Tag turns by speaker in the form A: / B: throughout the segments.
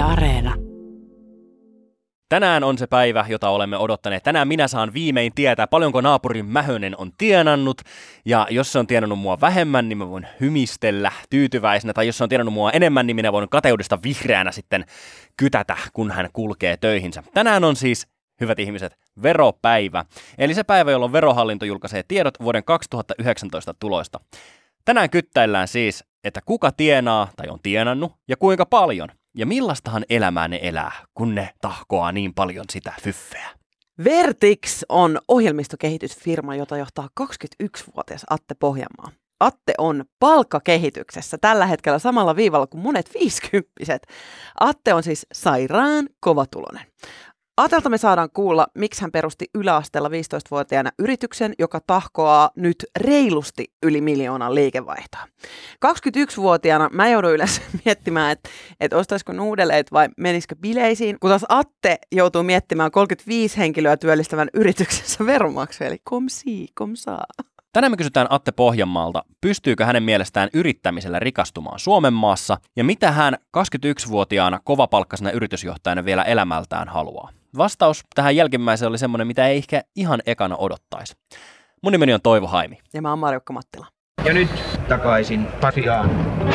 A: Areena.
B: Tänään on se päivä, jota olemme odottaneet. Tänään minä saan viimein tietää, paljonko naapurin Mähönen on tienannut. Ja jos se on tienannut mua vähemmän, niin mä voin hymistellä tyytyväisenä. Tai jos se on tienannut mua enemmän, niin minä voin kateudesta vihreänä sitten kytätä, kun hän kulkee töihinsä. Tänään on siis, hyvät ihmiset, veropäivä. Eli se päivä, jolloin Verohallinto julkaisee tiedot vuoden 2019 tuloista. Tänään kyttäillään siis, että kuka tienaa tai on tienannut ja kuinka paljon. Ja millaistahan elämää ne elää, kun ne tahkoaa niin paljon sitä fyffeä?
A: Vertix on ohjelmistokehitysfirma, jota johtaa 21-vuotias Atte Pohjanmaa. Atte on palkkakehityksessä tällä hetkellä samalla viivalla kuin monet 50-vuotiaat. Atte on siis sairaan kovatuloinen. Atelta me saadaan kuulla, miksi hän perusti yläasteella 15-vuotiaana yrityksen, joka tahkoaa nyt reilusti yli 1 miljoonan liikevaihtoa. 21-vuotiaana mä joudun yleensä miettimään, että ostaisiko nuudeleet vai menisikö bileisiin, kun taas Atte joutuu miettimään 35 henkilöä työllistävän yrityksensä veronmaksuja, eli kom saa.
B: Tänään me kysytään Atte Pohjanmaalta, pystyykö hänen mielestään yrittämisellä rikastumaan Suomen maassa ja mitä hän 21-vuotiaana kovapalkkaisena yritysjohtajana vielä elämältään haluaa. Vastaus tähän jälkimmäiseen oli semmoinen, mitä ei ehkä ihan ekana odottaisi. Mun nimeni on Toivo Haimi.
A: Ja mä oon Marjukka Mattila.
C: Ja nyt takaisin Pasiaan.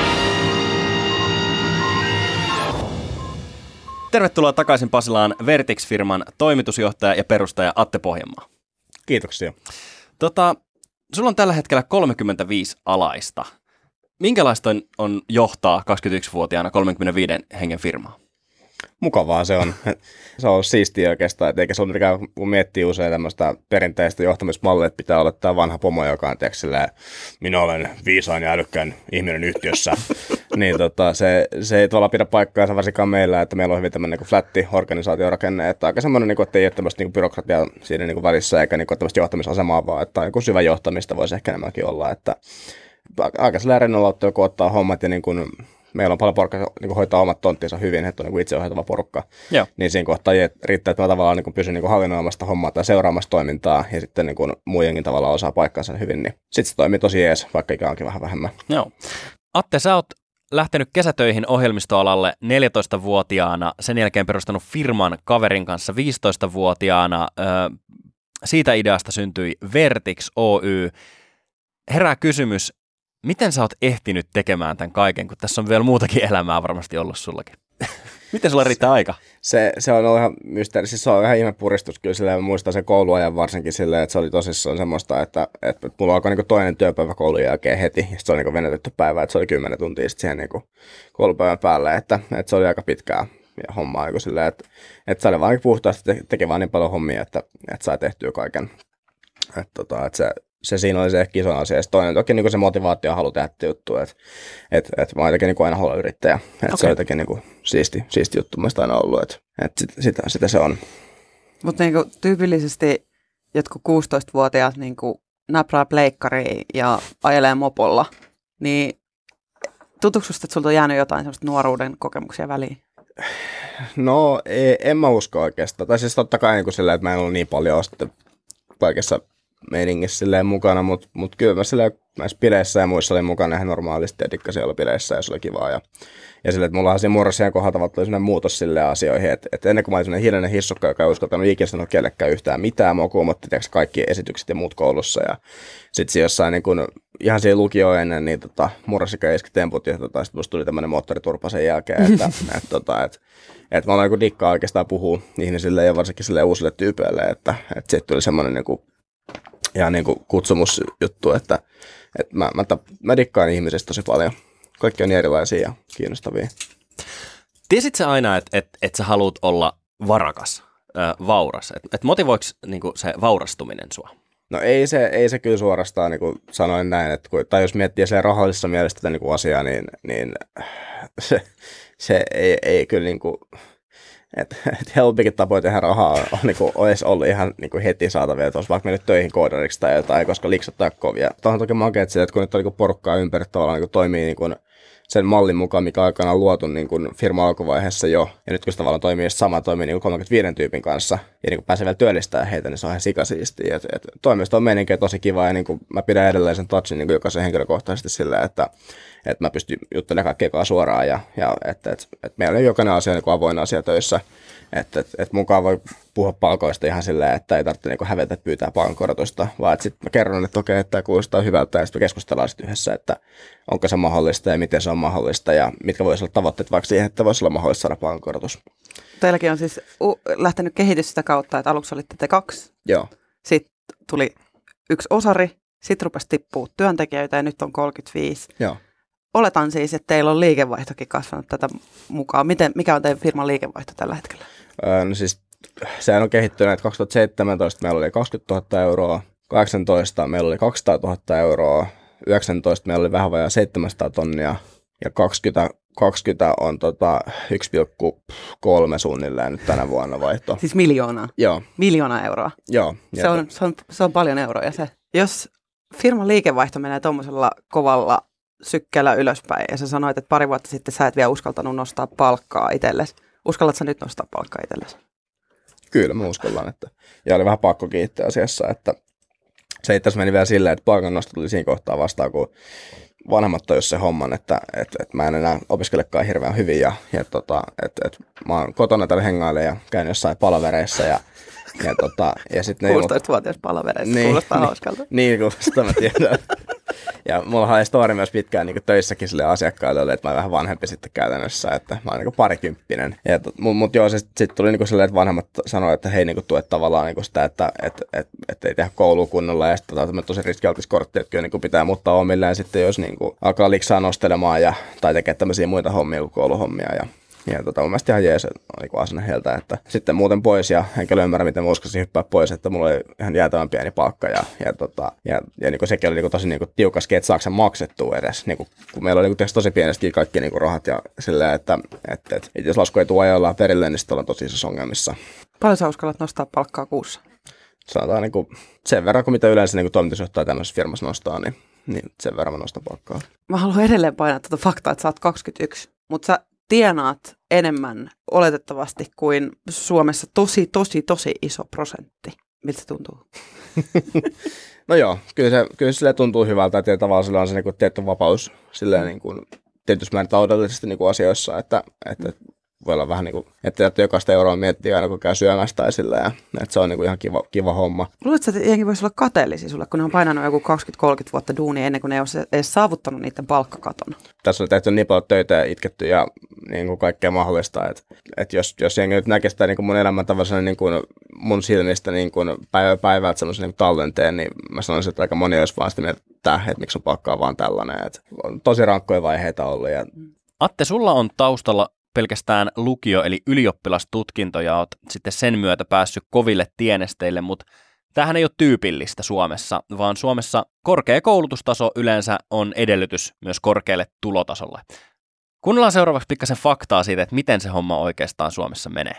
B: Tervetuloa takaisin Pasilaan, Vertix-firman toimitusjohtaja ja perustaja Atte Pohjanmaa.
D: Kiitoksia.
B: Sulla on tällä hetkellä 35 alaista. Minkälaista on johtaa 21-vuotiaana 35 hengen firmaa?
D: Mukavaa se on. Se on siistiä oikeastaan, että eikä se ole mikään, kun miettii usein tämmöistä perinteistä johtamismallia, että pitää olla tämä vanha pomo, joka on minä olen viisaan ja älykkään ihminen yhtiössä. Niin se ei tavallaan pidä paikkaansa varsinkaan meillä, että meillä on hyvin tämmöinen flätti organisaatiorakenne, että aika semmoinen, että ei ole tämmöistä byrokratiaa siinä välissä eikä tämmöistä johtamisasemaa, vaan että syvä johtamista voisi ehkä enemmänkin olla, että aika sellainen rennolla ottaa, kun ottaa hommat ja meillä on paljon porukkaa hoitaa omat tonttinsa hyvin, että on itse ohjattava porukka. Joo. Niin siinä kohtaa riittää, että mä tavallaan pysyn hallinnoimasta hommaa tai seuraamassa toimintaa ja sitten muidenkin tavallaan osaa paikkansa hyvin, niin sitten se toimii tosi jees, vaikka ikään onkin vähän vähemmän.
B: Joo. Atte, sä oot lähtenyt kesätöihin ohjelmistoalalle 14-vuotiaana, sen jälkeen perustanut firman kaverin kanssa 15-vuotiaana. Siitä ideasta syntyi Vertix Oy. Herää kysymys, miten sä oot ehtinyt tekemään tämän kaiken, kun tässä on vielä muutakin elämää varmasti ollut sullakin? Miten sulla riittää aika?
D: Se on ollut ihan mysteeri. Siis se on ihan ihme puristus kyllä silleen. Mä muistan sen kouluajan varsinkin silleen, että se oli tosissaan semmoista, että mulla alkoi toinen työpäivä koulun jälkeen heti. Ja se oli venetetty päivä, että se oli 10 tuntia sitten siihen koulupäivän päälle, että se oli aika pitkää hommaa silleen, että sai vaan puhtaasti tekemään niin paljon hommia, että sai tehtyä kaiken. Se siinä oli se ehkä iso asia. Ja toinen toki se motivaatio halu tehdä juttu, että mä oon jotenkin aina halunnut yrittäjä. Okay. Se on jotenkin siisti juttu mielestäni aina ollut, että sitä se on.
A: Mutta tyypillisesti jotkut 16-vuotiaat näprää pleikkariin ja ajelee mopolla, niin tuntuuko susta, että sulta on jäänyt jotain sellaista nuoruuden kokemuksia väliin?
D: No en mä usko oikeastaan. Tai siis totta kai sillä, että mä en ollut niin paljon sitten kaikessa meiningissä silleen mukana, mutta kyllä mä silleen näissä bileissä ja muissa olin mukana ihan normaalisti ja dikkasin olla bileissä ja se oli kivaa. Ja silleen, että mulla on siinä murrosien kohdalta tuli sellainen muutos silleen asioihin, että ennen kuin mä olin sellainen hiljainen hissukka, joka ei uskaltanut ikinä sanoa kellekään yhtään mitään, mä kuumotti kaikki esitykset ja muut koulussa ja sitten siinä jossain ihan siihen lukioon ennen niin murrosikä iski temput ja sitten musta tuli tämmöinen moottoriturpa sen jälkeen, että mä olen dikkaa oikeastaan puhua ihmisille ja varsinkin sille uusille tyypeille, että siitä tuli semmoinen ihan kutsumusjuttu, että mä dikkaan ihmisistä tosi paljon. Kaikki on niin erilaisia ja kiinnostavia.
B: Tiesit sä aina, että sä haluat olla varakas, vauras? Että motivoiko se vaurastuminen sua?
D: No ei se kyllä suorastaan sanoin näin, että tai jos miettii sen rahallisessa mielessä tätä asiaa, niin se ei kyllä että helppikin tapoja tehdä rahaa olisi ollut ihan heti saatavilla, että olisi vaikka mennyt töihin koodariksi tai jotain, koska liksat kovia. Tuohon toki makeet sille, että kun nyt on porukkaa ympäri tavallaan toimii sen mallin mukaan, mikä aikanaan luotu niin kuin firma alkuvaiheessa jo. Ja nyt kun se tavallaan toimii niin kuin 35 tyypin kanssa ja niin kuin pääsee vielä työllistää heitä, niin se on ihan sikasiistiä. Toimiston meininki on tosi kiva ja niin kuin mä pidän edelleen sen touchin niin kuin jokaisen henkilökohtaisesti sillä, että mä pystyn juttelemaan kaikkea suoraan ja että meillä on jokainen asia niin kuin avoin asia töissä. Että mukaan voi puhua palkoista ihan silleen, että ei tarvitse niinku hävetä pyytää palkankorotusta, vaan että sitten mä kerron, että okei, että tämä kuulostaa hyvältä ja sitten me keskustellaan sitten yhdessä, että onko se mahdollista ja miten se on mahdollista ja mitkä voisi olla tavoitteet vaikka siihen, että voisi olla mahdollista saada palkankorotus.
A: Teilläkin on siis lähtenyt kehitys sitä kautta, että aluksi olitte te 2,
D: Joo.
A: sitten tuli 1 osari, sitten rupesi tippua työntekijöitä ja nyt on 35.
D: Joo.
A: Oletan siis, että teillä on liikevaihtokin kasvanut tätä mukaan. Mikä on teidän firman liikevaihto tällä hetkellä?
D: No siis sehän on kehittynyt, että 2017 meillä oli 20 000 euroa, 2018 meillä oli 200 000 euroa, 2019 meillä oli vähän vajaa 700 tonnia ja 2020 on 1,3 suunnilleen nyt tänä vuonna vaihto.
A: Siis miljoonaa?
D: Joo.
A: 1 miljoonaa euroa?
D: Joo.
A: Se on paljon euroja se. Jos firman liikevaihto menee tuommoisella kovalla sykkeellä ylöspäin ja sä sanoit, että pari vuotta sitten sä et vielä uskaltanut nostaa palkkaa itsellesi. Uskallatko sä nyt nostaa palkkaa itsellesi?
D: Kyllä, mä uskallan. Ja oli vähän pakko kiittää asiassa, että se itse asiassa meni vielä silleen, että palkan nosto tuli siinä kohtaa vastaan, kun vanhemmat toi se homman, että mä en enää opiskelekaan hirveän hyvin ja mä oon kotona täällä hengailemaan ja käyn jossain palavereissa ja sitten
A: 16-vuotias palavereissa, niin, kuulostaa hauskalta. Niin,
D: kuulostaa, mä tiedän. Ja mulla oli story myös pitkään niin töissäkin sille asiakkaille, oli, että mä olen vähän vanhempi sitten käytännössä, että mä olen niin parikymppinen. Mutta joo, sitten tuli niin silleen, että vanhemmat sanoivat, että hei niin tuet tavallaan niin sitä, että ei tehdä koulua kunnolla ja sitten tosi riskialtis kortti, että kyllä niin pitää muuttaa omilleen sitten, jos niin alkaa liksaa nostelemaan tai tekee tämmöisiä muita hommia kuin kouluhommia ja mun mielestä ihan jees on asenne heiltä, että sitten muuten pois ja enkä ymmärrä, miten mä uskasin hyppää pois, että mulla oli ihan jäätävän pieni palkka ja niin sekin oli niin tosi niin tiukaskin, että saako sen maksettua edes, niin kun meillä oli niin tosi pienestäkin kaikki niin rahat ja silleen, että jos lasku ei tule ajoillaan perille, niin sitten ollaan tosi isossa ongelmissa.
A: Paljon sä uskallat nostaa palkkaa kuussa?
D: Sanotaan niin sen verran, kuin mitä yleensä niin toimitusjohtaja tämmöisessä firmassa nostaa, niin sen verran mä nostan palkkaa.
A: Mä haluan edelleen painaa tuota faktaa, että sä oot 21, mutta sä tienaat enemmän oletettavasti kuin Suomessa tosi iso prosentti. Miltä se tuntuu?
D: No joo, kyllä se tuntuu hyvältä, että tavallaan sillä on se niin tietty vapaus silleen, niin kuin, tietysti määrin taloudellisesti niin kuin asioissa, että voi olla vähän niin kuin, että jokaista euroa miettii aina kun käy syömässä tai sillä ja että se on niin kuin ihan kiva homma.
A: Luuletko, että jengi voisi olla kateellisia sulle, kun ne on painanut joku 20-30 vuotta duunia ennen kuin ne ei ole edes saavuttanut niiden palkkakaton?
D: Tässä on tehty niin paljon töitä ja itketty ja niin kuin kaikkea mahdollista, että jos jengi nyt näkee sitä niin kuin mun elämäntavassa niin kuin mun silmistä niin kuin päivältä semmoisen niin tallenteen, niin mä sanoisin, että aika moni olisi vaan sitä mieltä, että miksi on palkkaa vaan tällainen. Että on tosi rankkoja vaiheita ollut. Ja
B: Atte, sulla on taustalla pelkästään lukio- eli ylioppilastutkinto ja oot sitten sen myötä päässyt koville tienesteille, mutta tämähän ei ole tyypillistä Suomessa, vaan Suomessa korkea koulutustaso yleensä on edellytys myös korkealle tulotasolle. Kuunnellaan seuraavaksi pikkasen faktaa siitä, että miten se homma oikeastaan Suomessa menee.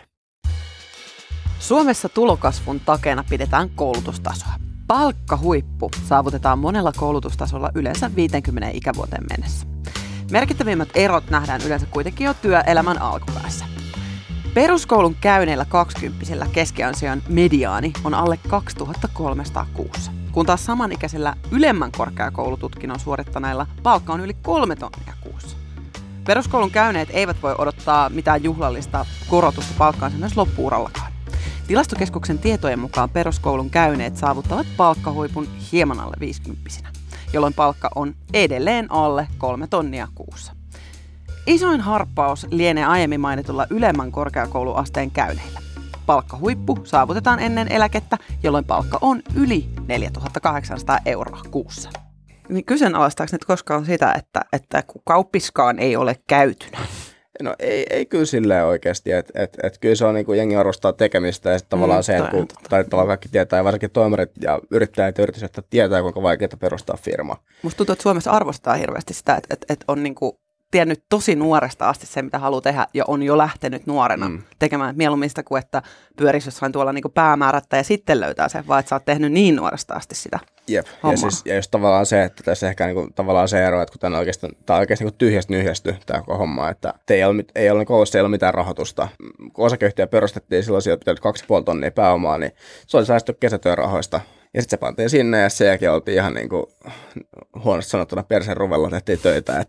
A: Suomessa tulokasvun takeena pidetään koulutustasoa. Palkkahuippu saavutetaan monella koulutustasolla yleensä 50 ikävuoteen mennessä. Merkittävimmät erot nähdään yleensä kuitenkin jo työelämän alkupäässä. Peruskoulun käyneillä 20-vuotiailla keskiansion mediaani on alle 2300 kuussa, kun taas samanikäisellä ylemmän korkeakoulututkinnon suorittaneilla palkka on yli 3 tonnia kuussa. Peruskoulun käyneet eivät voi odottaa mitään juhlallista korotusta palkkaansa myös loppu-urallakaan. Tilastokeskuksen tietojen mukaan peruskoulun käyneet saavuttavat palkkahuipun hieman alle 50-vuotiaina, jolloin palkka on edelleen alle 3 tonnia kuussa. Isoin harppaus lienee aiemmin mainitulla ylemmän korkeakouluasteen käyneillä. Palkkahuippu saavutetaan ennen eläkettä, jolloin palkka on yli 4800 euroa kuussa. Niin kyseenalaistaako nyt koskaan sitä, että kauppiskaan ei ole käytynä?
D: No ei kyllä silleen oikeasti, että kyllä se on niin kuin jengi arvostaa tekemistä ja sitten tavallaan se, että tai tavallaan kaikki tietää ja varsinkin toimarit ja yrittäjät ja yritykset tietää, kuinka vaikeaa perustaa firma.
A: Musta tuntuu, että Suomessa arvostetaan hirveästi sitä, että on niin kuin tiennyt tosi nuoresta asti se, mitä haluaa tehdä, ja on jo lähtenyt nuorena tekemään mieluummin sitä kuin, että pyörisi jossain tuolla niin kuin päämäärättä ja sitten löytää sen, vaan että sä oot tehnyt niin nuoresta asti sitä
D: Jep,
A: hommaa.
D: ja just tavallaan se, että tässä ehkä niinku, tavallaan se ero, että kun tämä on oikeasti niinku tyhjästä nyhjästy tämä koko homma, että ei ole koulussa ei ole mitään rahoitusta. Kun osakeyhtiö perustettiin silloin, sieltä pitää 2,5 tonnia pääomaa, niin se oli säästetty kesätyörahoista. Ja sitten se pantiin sinne ja sen jälkeen oltiin ihan niinku huonosti sanottuna persen ruvella tehtiin töitä.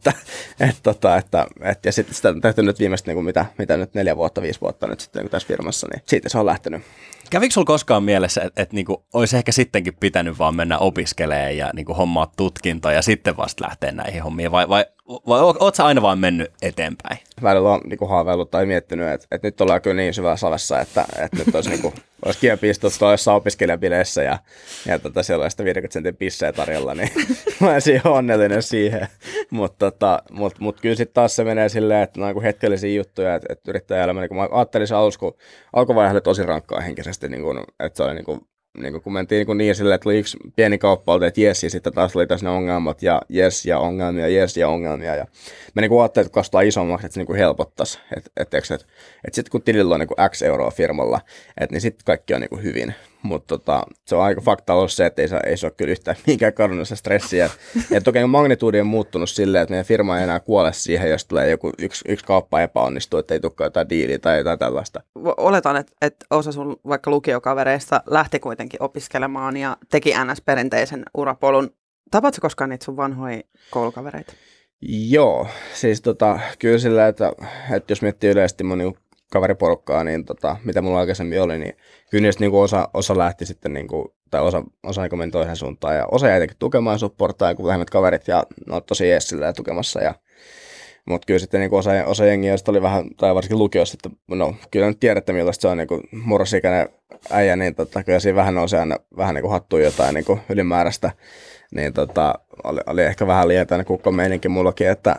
D: Ja sitten sitä on tehty nyt viimeistä niinku mitä nyt 4 vuotta, 5 vuotta nyt sitten niinku tässä firmassa, niin siitä se on lähtenyt.
B: Kävikö sulla koskaan mielessä, että niinku, olisi ehkä sittenkin pitänyt vaan mennä opiskelemaan ja niinku, hommaa tutkintoa ja sitten vasta lähteä näihin hommiin, vai oot sä aina vaan mennyt eteenpäin?
D: Välillä on niinku haaveillut tai miettinyt, että nyt ollaan kyllä niin syvällä savessa, että nyt olisi, niinku, olisi kiva pistoa jossain opiskelijabileissä ja siellä olisi 50 sentin pissejä tarjolla, niin mä olisin onnellinen siihen. Mutta kyllä sitten taas se menee silleen, että ne on niinku hetkellisiä juttuja, että yrittäjäelämä, niin mä ajattelin se alkuvaiheessa tosi rankkaa henkisesti, niin kuin, että se oli niin kun mentiin niin silleen, että oli yksi pieni kauppa, että jes, ja sitten taas oli tässä ne ongelmat, ja jes, ja ongelmia, jes, ja ongelmia, ja mä niin ajattelin, että kasvaa isommaksi, että se niin helpottaisi, että sitten kun tilillä on niin X euroa firmalla, niin sitten kaikki on niin hyvin, mutta se on aika fakta ollut se, että ei se ole kyllä yhtään minkään kadonnut stressiä, että toki magnituudi on muuttunut silleen, että meidän firma ei enää kuole siihen, jos tulee joku yksi kauppa epäonnistuu, että ei tulekaan jotain diiliä tai jotain tällaista.
A: Oletan, että osa sun vaikka lukiokavereista lähti kuitenkin opiskelemaan ja teki NS-perinteisen urapolun. Tapaatko koskaan niitä sun vanhoja koulukavereita?
D: Joo, siis kyllä sillä, että jos miettii yleisesti mun niin kaveriporukkaa, niin mitä mulla aikaisemmin oli, niin kyllä niistä niin osa lähti sitten, niin kuin, tai osa niin meni toiseen suuntaan, ja osa jäi jotenkin tukemaan supporttaa, kun vähemmät kaverit, ja ne on tosi jees sillä tukemassa, mutta kyllä sitten niin osa jengiä oli vähän, tai varsinkin lukiossa, että no kyllä nyt tiedätte millaista se on niin murrosikäinen äijä, niin kyllä siinä vähän nousee aina vähän niin hattuun jotain niin ylimääräistä, niin oli ehkä vähän liian tämmöinen kukkomeininki mullakin, että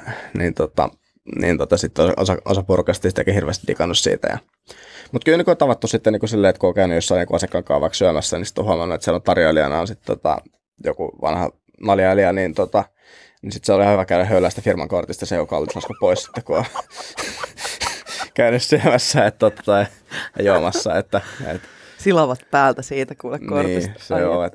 D: sitten osa porukasta sitäkin hirveästi digannut siitä. Mutta kyllä niin on tavattu sitten niin silleen, että kun on käynyt jossain niin asiakkaan kanssa vaikka syömässä, niin sitten on huomannut, että siellä on tarjoilijana on sitten joku vanha naljailija, niin sitten se oli hyvä käydä höyläistä firman kortista se, joka oli pois sitten, kun on käynyt syömässä tai juomassa.
A: Silavat päältä siitä kuule kortista.
D: Niin, se on,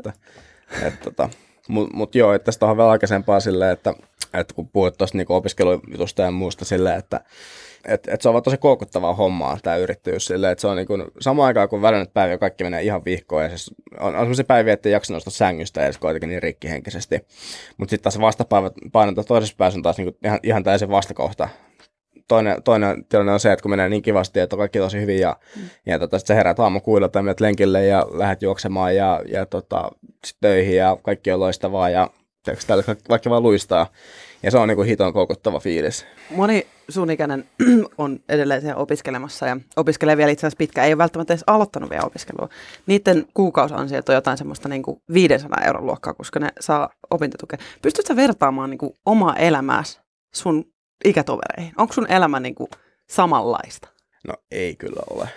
D: mutta joo, että tästä on vielä aikaisempaa silleen, että kun puhuit tuosta niinku opiskelujutusta ja muusta silleen, että se on vaan tosi koukuttavaa hommaa tämä yrittäjyys silleen, että se on niinku samaan aikaan kun välillä päiviä kaikki menee ihan vihkoon ja siis on sellaisia päiviä, että ei jaksa nostaa sängystä edes kuitenkin niin rikkihenkisesti, mutta sitten taas vastapainota toisessa päässä on taas niinku ihan täysin vastakohta. Toinen tilanne on se, että kun menee niin kivasti, että on kaikki tosi hyvin ja sitten sä heräät aamukuilla tai menet lenkille ja lähdet juoksemaan ja sit töihin ja kaikki on loistavaa ja vaikka vaan luistaa. Ja se on niinku hiton koukuttava fiilis.
A: Moni sun ikäinen on edelleen siellä opiskelemassa ja opiskelee vielä itse asiassa pitkään. Ei ole välttämättä edes aloittanut vielä opiskelua. Niiden kuukausansiot on jotain semmoista niinku 500 euron luokkaa, koska ne saa opintotukea. Pystytkö vertaamaan niinku omaa elämääsi sun ikätovereihin? Onko sun elämä niinku samanlaista?
D: No ei kyllä ole.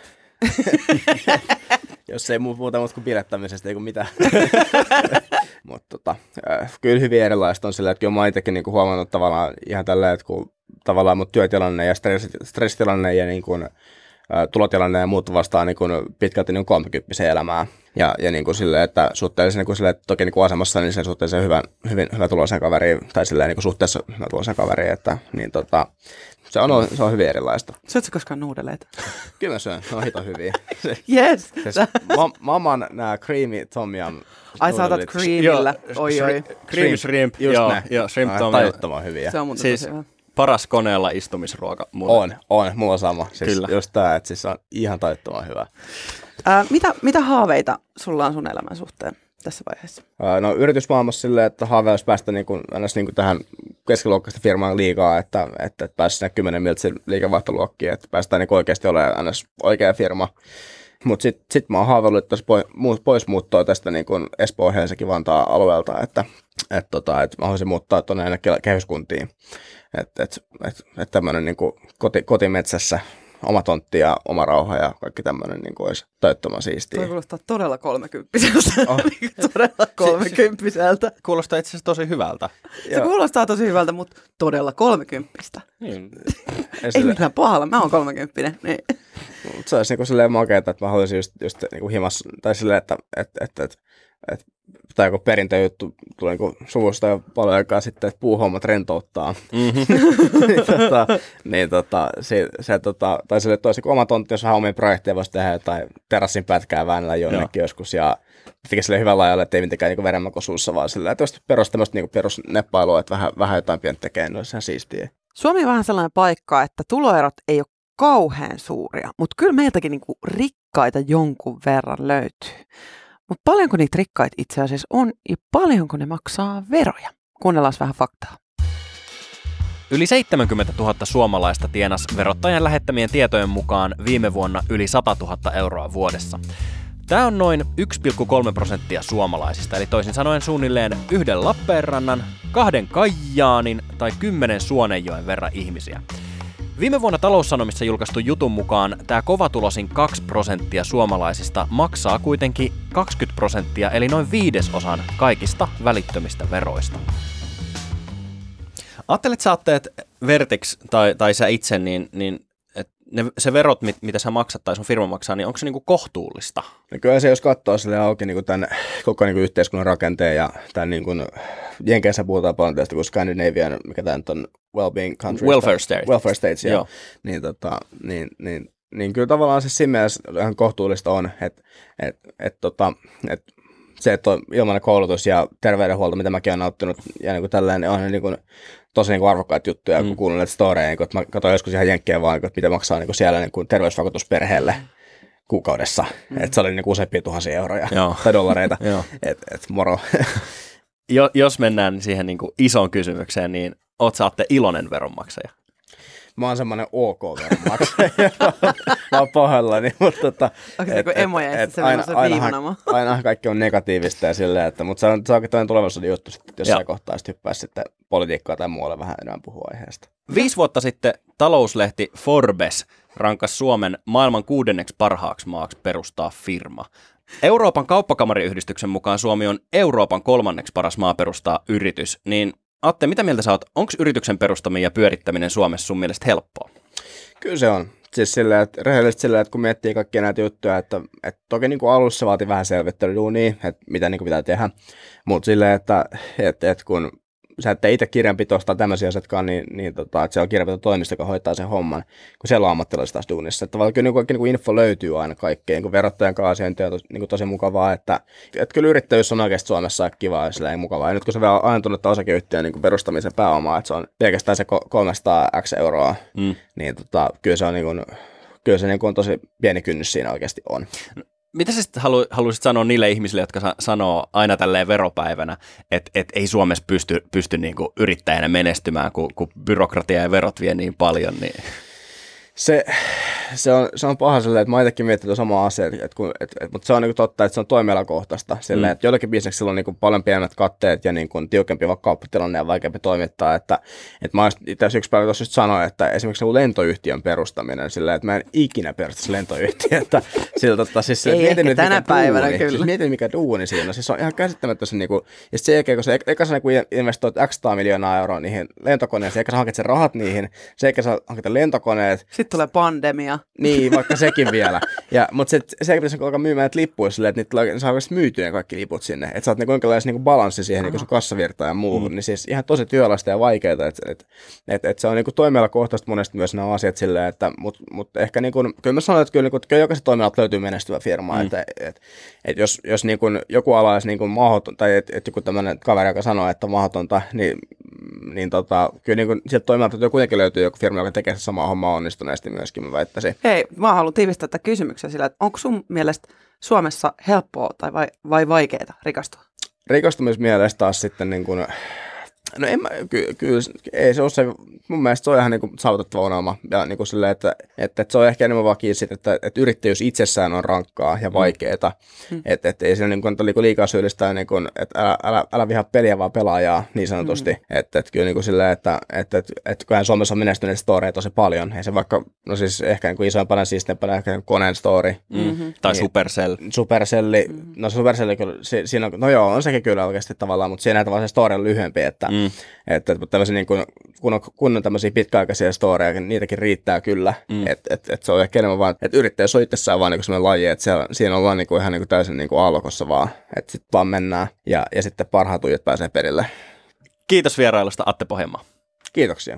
D: Jos ei muuta muuta kuin pilettämisestä, ei kuin mitään. Mutta kyllä hyvin erilaista on sillä, että kyllä mä itsekin niinku huomannut tavallaan ihan tällä, että kun tavallaan mun työtilanne ja stressitilanne ja niinku, tulotilanne ja muut vastaan niinku pitkälti niinku 30 elämää. Ja niinku silleen, että suhteellisen niinku silleen, että toki niinku asemassa niin sen suhteellisen hyvä tuloisen kaveri, tai silleen niinku suhteessa hyvä tuloisen kaveri, että niin se on hyvin erilaista.
A: Syötkö koskaan nuudeleita?
D: Kyllä mä syön, ne on hito hyviä.
A: Yes!
D: Mamman nää creamy tom yum.
A: Ai saatat creamillä, oi.
B: Cream shrimp, joo, shrimp tom yum.
D: Tajuttoman hyviä.
A: Se on muuten
B: siis
A: tosi hyvä.
B: Paras koneella istumisruoka.
D: On, mulla on sama. Siis
B: kyllä.
D: Just tää, että siis on ihan tajuttoman hyvä.
A: Mitä haaveita sulla on sun elämän suhteen tässä vaiheessa?
D: No yritysmaailmassa silleen, että haave olisi päästä tähän keskiluokkaista firmaan liigaa, että pääsisi sinne 10 miltsin liikevaihtoluokkiin, että päästään oikeasti olemaan oikea firma. Mutta sit mä oon haaveillut, että pois muuttoa tästä Espoo, Helsinki, Vantaa alueelta, että mä haluaisin muuttaa tuonne kehyskuntiin. Että tämmöinen kotimetsässä oma tontti ja oma rauha ja kaikki tämmöinen niin olisi taittoman siistiä.
A: Toi kuulostaa todella 30-vuotiselta. Todella 30-vuotiselta.
B: Kuulostaa itse asiassa tosi hyvältä.
A: Se kuulostaa tosi hyvältä, mutta todella 30.
B: Niin.
A: Ei mitään pahalla, mä oon 30. Niin.
D: Mutta se olisi niin silleen makeata, että mä haluaisin just niin himas, tai silleen, että tai joku perintöjuttu tulee niin suvusta jo paljon aikaa sitten, että puuhommat rentouttaa. Tai sille, että olisi oma tontti, jos vähän omia projekteja voisi tehdä jotain terassin pätkää väännellä jonnekin joskus, ja tekee sille hyvän laajalle, että ei mitenkään niin verenmakoisuussa, vaan sillä, että jos tämmöistä niin perusneppailua, että vähän jotain pientä tekee, niin olisi ihan siistiä.
A: Suomi on vähän sellainen paikka, että tuloerot ei ole kauhean suuria, mutta kyllä meiltäkin niin kuin rikkaita jonkun verran löytyy. Mutta paljonko niitä rikkaita itse asiassa on ja paljonko ne maksaa veroja? Kuunnellaan vähän faktaa.
B: Yli 70 000 suomalaista tienasi verottajan lähettämien tietojen mukaan viime vuonna yli 100 000 euroa vuodessa. Tämä on noin 1,3% suomalaisista, eli toisin sanoen suunnilleen 1 Lappeenrannan, 2 Kajaanin tai 10 Suonenjoen verran ihmisiä. Viime vuonna Taloussanomissa julkaistun jutun mukaan tämä kovatuloisin 2% suomalaisista maksaa kuitenkin 20%, eli noin 1/5 kaikista välittömistä veroista. Ajattelet sä, että Vertix tai sä itse, niin se verot, mitä sä maksat tai sun firma maksaa, niin onko se niinku kohtuullista?
D: No kyllä se, jos katsoo sille auki niinku tämän koko niinku yhteiskunnan rakenteen ja tämän niinku, Jenkeissä puhutaan paljon tästä, kun Scandinavian, mikä tämä nyt on, well-being countries. Welfare states, joo. Niin kyllä tavallaan se siinä mielessä ihan kohtuullista on, että se, että on ilmainen koulutus ja terveydenhuolto, mitä mäkin olen nauttinut, ja niin kuin tällainen, on niin kuin tosi niin kuin arvokkaita juttuja, kun kuulun näitä storeja, niin kuin, että mä katsoin joskus ihan jenkkejä vaan, että mitä maksaa niin kuin siellä niin kuin terveysvakuutus perheelle kuukaudessa. Että se oli niin kuin useampia tuhansia euroja tai dollareita. Et moro.
B: Jos mennään siihen niin kuin isoon kysymykseen, niin oot sä Atte iloinen veronmaksaja?
D: Mä oon semmoinen OK-veronmaksaja. Mä oon pahoillani, mutta
A: Onko se kuin emojeista semmoisen viivanama?
D: Aina kaikki on negatiivista ja silleen, että, mutta se on toinen tulevaisuuden juttu, sitten, jos jossain kohtaa sitten hyppäisi sitten politiikkaa tai muualle vähän enemmän puhua aiheesta.
B: 5 vuotta sitten talouslehti Forbes rankas Suomen maailman 6. parhaaksi maaksi perustaa firma. Euroopan kauppakamariyhdistyksen mukaan Suomi on Euroopan 3. paras maa perustaa yritys, niin Atte, mitä mieltä sä oot? Onko yrityksen perustaminen ja pyörittäminen Suomessa sun mielestä helppoa?
D: Kyllä se on. Siis silleen, että rehellisesti silleen, että kun miettii kaikkia näitä juttuja, että toki niin kuin alussa vaatii vähän selvittelyduunia, että mitä niin kuin pitää tehdä, mutta silleen, että kun sä et tee itse kirjanpitoista tai tämmöisiä asiatkaan, niin että siellä on kirjanpitotoimisto, joka hoitaa sen homman, kun siellä on ammattilaiset taas duunissa. Että tavallaan kyllä niin kuin info löytyy aina kaikkeen, kun verottajan kanssa on niin tosi mukavaa, että kyllä yrittäjyys on oikeasti Suomessa kivaa ja silleen mukavaa. Ja nyt kun se vielä ajantunutta osakeyhtiön niin perustamisen pääomaa, että se on pelkästään se 300x euroa, niin kyllä se on kyllä se on tosi pieni kynnys siinä oikeasti on.
B: Mitä sä sitten haluaisit sanoa niille ihmisille, jotka sanoo aina tälleen veropäivänä, että ei Suomessa pysty niinku yrittäjänä menestymään, kun byrokratia ja verot vie niin paljon? Niin.
D: Se on paha silleen, että mä itsekin miettinyt samaa asiaa, mutta se on niin totta, että se on toimialakohtaista. Silleen, että jollakin bisneksillä on niin paljon pienemmät katteet ja niin tiukempi vaikka kauppatilanne ja vaikeampi toimittaa. Että mä tässä yksi päivä tuossa just sanoin, että esimerkiksi lentoyhtiön perustaminen, silleen, että mä en ikinä perustaisi lentoyhtiötä. Siis
A: ei ehkä nyt, tänä päivänä duuni. Kyllä.
D: Siis mietin mikä duuni siinä. Siis se on ihan käsittämättä se, ja sen jälkeen, kun sä investoit X 100 miljoonaa euroa niihin lentokoneisiin, eikä sä hankit sen rahat niihin, sen jälkeen sä hankit lentokoneet.
A: Sitten tulee pandemia.
D: Niin, vaikka sekin vielä. Mutta se pitäisi alkaa myymään näitä lippuja silleen, että niitä saa myytyä ne kaikki liput sinne. Että sä oot jonkinlainen balanssi siihen niin sun kassavirtaan ja muuhun. Niin siis ihan tosi työlästä ja vaikeaa. Että se on toimialakohtaisesti monesti myös nämä asiat silleen, että mutta ehkä kyllä mä sanon, että kyllä jokaisen toimialalta löytyy menestyvä firma. Että jos joku ala olisi mahdoton, tai että joku tämmöinen kaveri, joka sanoo, että on mahdotonta, niin kyllä sieltä toimialalta kuitenkin löytyy joku firma, joka tekee samaa hommaa onnistuneesti myöskin, mä väittäisin.
A: Hei, mä haluan tiivistää tätä kysymyksen sillä, että onko sun mielestä Suomessa helppoa vai vaikeaa rikastua?
D: Rikastumismielestä taas sitten No kyllä, ei se ole se, mun mielestä se on ihan niin kuin saavutettava unelma. Ja niin kuin silleen, että se on ehkä enemmän vaan kiinni siitä, että yrittäjyys itsessään on rankkaa ja vaikeaa. Että ei siinä niin kuin liikaa syyllistää, niin kuin, että älä vihaa peliä, vaan pelaajaa niin sanotusti. Että kyllä niin kuin silleen, että kyllähän Suomessa on menestyneitä storeja tosi paljon. Ei se vaikka, no siis ehkä niin kuin isoimpana siistimpänä ehkä Koneen story.
B: Tai Supercell.
D: Supercelli, no Supercelli kyllä, siinä on, no joo, on sekin kyllä oikeasti tavallaan, mutta siinä tavallaan se story on lyhyempi, että tämmöisiä niin kun on tämmöisiä pitkäaikaisia storeja, niitäkin riittää kyllä, että se on ehkä enemmän vaan, että yrittäjyys on itsessään vaan niin sellainen laji, että siinä ollaan niin kuin ihan niin kuin täysin niin kuin aallokossa vaan, että sitten vaan mennään ja sitten parhaat ujat pääsee perille.
B: Kiitos vierailusta, Atte Pohjanmaa.
D: Kiitoksia.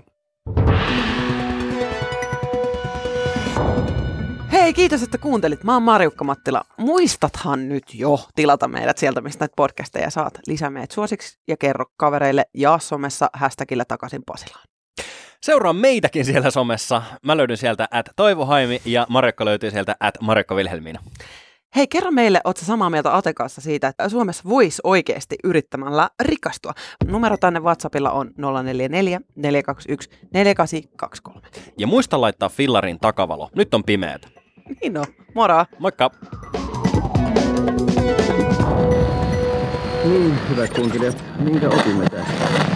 A: Hei, kiitos, että kuuntelit. Mä oon Marjukka Mattila. Muistathan nyt jo tilata meidät sieltä, mistä näitä podcasteja saat. Lisää meidät suosiksi ja kerro kavereille ja somessa hashtagillä takaisin Pasilaan.
B: Seuraa meitäkin siellä somessa. Mä löydyn sieltä @Toivo Haimi ja Marjukka löytyy sieltä @Marjukka Vilhelmiina.
A: Hei, kerro meille, ootko sä samaa mieltä Aten kanssa siitä, että Suomessa voisi oikeasti yrittämällä rikastua. Numero tänne WhatsAppilla on 044 421 4823.
B: Ja muista laittaa fillarin takavalo. Nyt on pimeätä.
A: Niin on. Moro!
B: Moikka!
D: Niin, hyvät kuuntelijat, minkä opimme tästä?